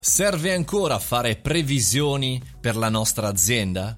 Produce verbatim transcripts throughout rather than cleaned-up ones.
Serve ancora fare previsioni per la nostra azienda?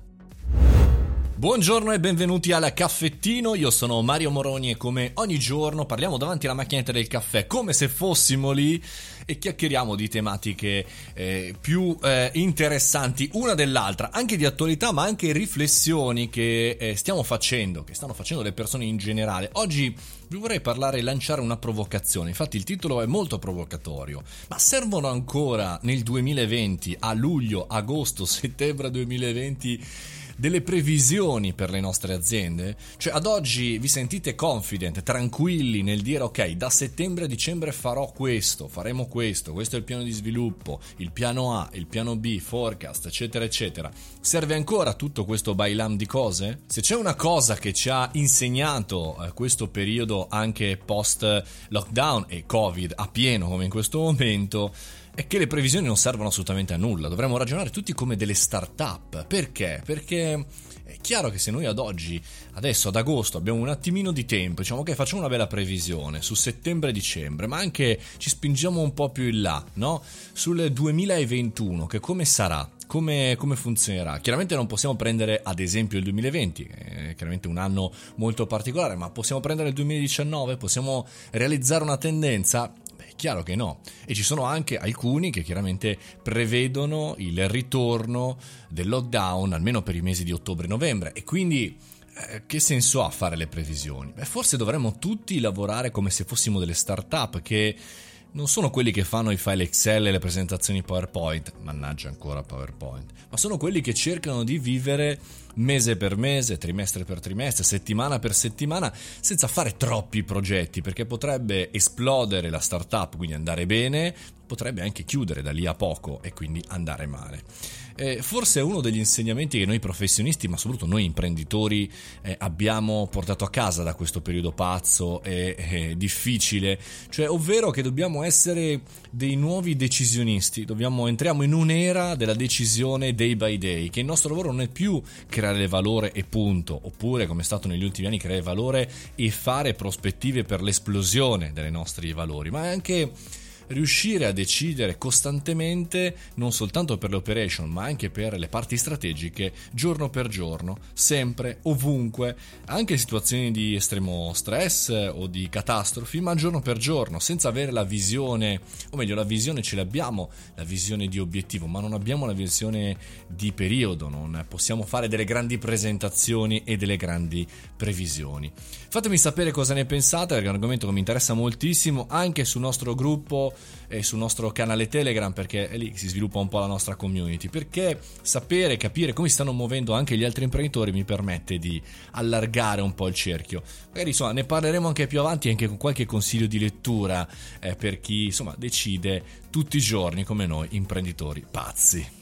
Buongiorno e benvenuti al caffettino, io sono Mario Moroni e come ogni giorno parliamo davanti alla macchinetta del caffè come se fossimo lì e chiacchieriamo di tematiche eh, più eh, interessanti una dell'altra, anche di attualità ma anche riflessioni che eh, stiamo facendo, che stanno facendo le persone in generale. Oggi vi vorrei parlare e lanciare una provocazione, infatti il titolo è molto provocatorio, ma servono ancora nel duemilaventi, a luglio, agosto, settembre duemilaventi delle previsioni per le nostre aziende? Cioè ad oggi vi sentite confident, tranquilli nel dire ok, da settembre a dicembre farò questo, faremo questo, questo è il piano di sviluppo, il piano A, il piano B, forecast, eccetera eccetera. Serve ancora tutto questo bailam di cose? Se c'è una cosa che ci ha insegnato eh, questo periodo anche post lockdown e covid a pieno come in questo momento, è che le previsioni non servono assolutamente a nulla. Dovremmo ragionare tutti come delle start-up. Perché? Perché è chiaro che se noi ad oggi, adesso ad agosto, abbiamo un attimino di tempo, diciamo che facciamo una bella previsione su settembre-dicembre, ma anche ci spingiamo un po' più in là, no? Sul duemilaventuno, che come sarà? Come, come funzionerà? Chiaramente non possiamo prendere ad esempio il duemilaventi, è chiaramente un anno molto particolare, ma possiamo prendere il duemiladiciannove? Possiamo realizzare una tendenza? Chiaro che no, e ci sono anche alcuni che chiaramente prevedono il ritorno del lockdown almeno per i mesi di ottobre-novembre e quindi eh, che senso ha fare le previsioni? Beh, forse dovremmo tutti lavorare come se fossimo delle start-up che non sono quelli che fanno i file Excel e le presentazioni PowerPoint, mannaggia ancora PowerPoint, ma sono quelli che cercano di vivere mese per mese, trimestre per trimestre, settimana per settimana, senza fare troppi progetti, perché potrebbe esplodere la startup, quindi andare bene, potrebbe anche chiudere da lì a poco e quindi andare male. Eh, forse è uno degli insegnamenti che noi professionisti, ma soprattutto noi imprenditori, eh, abbiamo portato a casa da questo periodo pazzo e eh, difficile, cioè ovvero che dobbiamo essere dei nuovi decisionisti, dobbiamo entriamo in un'era della decisione day by day, che il nostro lavoro non è più creare valore e punto, oppure come è stato negli ultimi anni creare valore e fare prospettive per l'esplosione dei nostri valori, ma è anche riuscire a decidere costantemente non soltanto per le operation ma anche per le parti strategiche giorno per giorno, sempre, ovunque, anche in situazioni di estremo stress o di catastrofi, ma giorno per giorno, senza avere la visione, o meglio la visione ce l'abbiamo, la visione di obiettivo, ma non abbiamo la visione di periodo, non possiamo fare delle grandi presentazioni e delle grandi previsioni. Fatemi sapere cosa ne pensate, perché è un argomento che mi interessa moltissimo, anche sul nostro gruppo e sul nostro canale Telegram, perché è lì che si sviluppa un po' la nostra community, perché sapere, capire come si stanno muovendo anche gli altri imprenditori mi permette di allargare un po' il cerchio. Magari insomma ne parleremo anche più avanti, anche con qualche consiglio di lettura eh, per chi insomma decide tutti i giorni come noi imprenditori pazzi.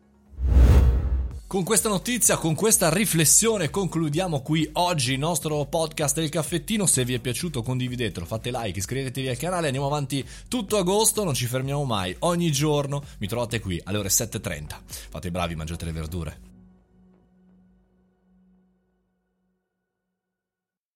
Con questa notizia, con questa riflessione concludiamo qui oggi il nostro podcast del caffettino. Se vi è piaciuto condividetelo, fate like, iscrivetevi al canale, andiamo avanti tutto agosto, non ci fermiamo mai, ogni giorno mi trovate qui alle ore sette e trenta. Fate i bravi, mangiate le verdure.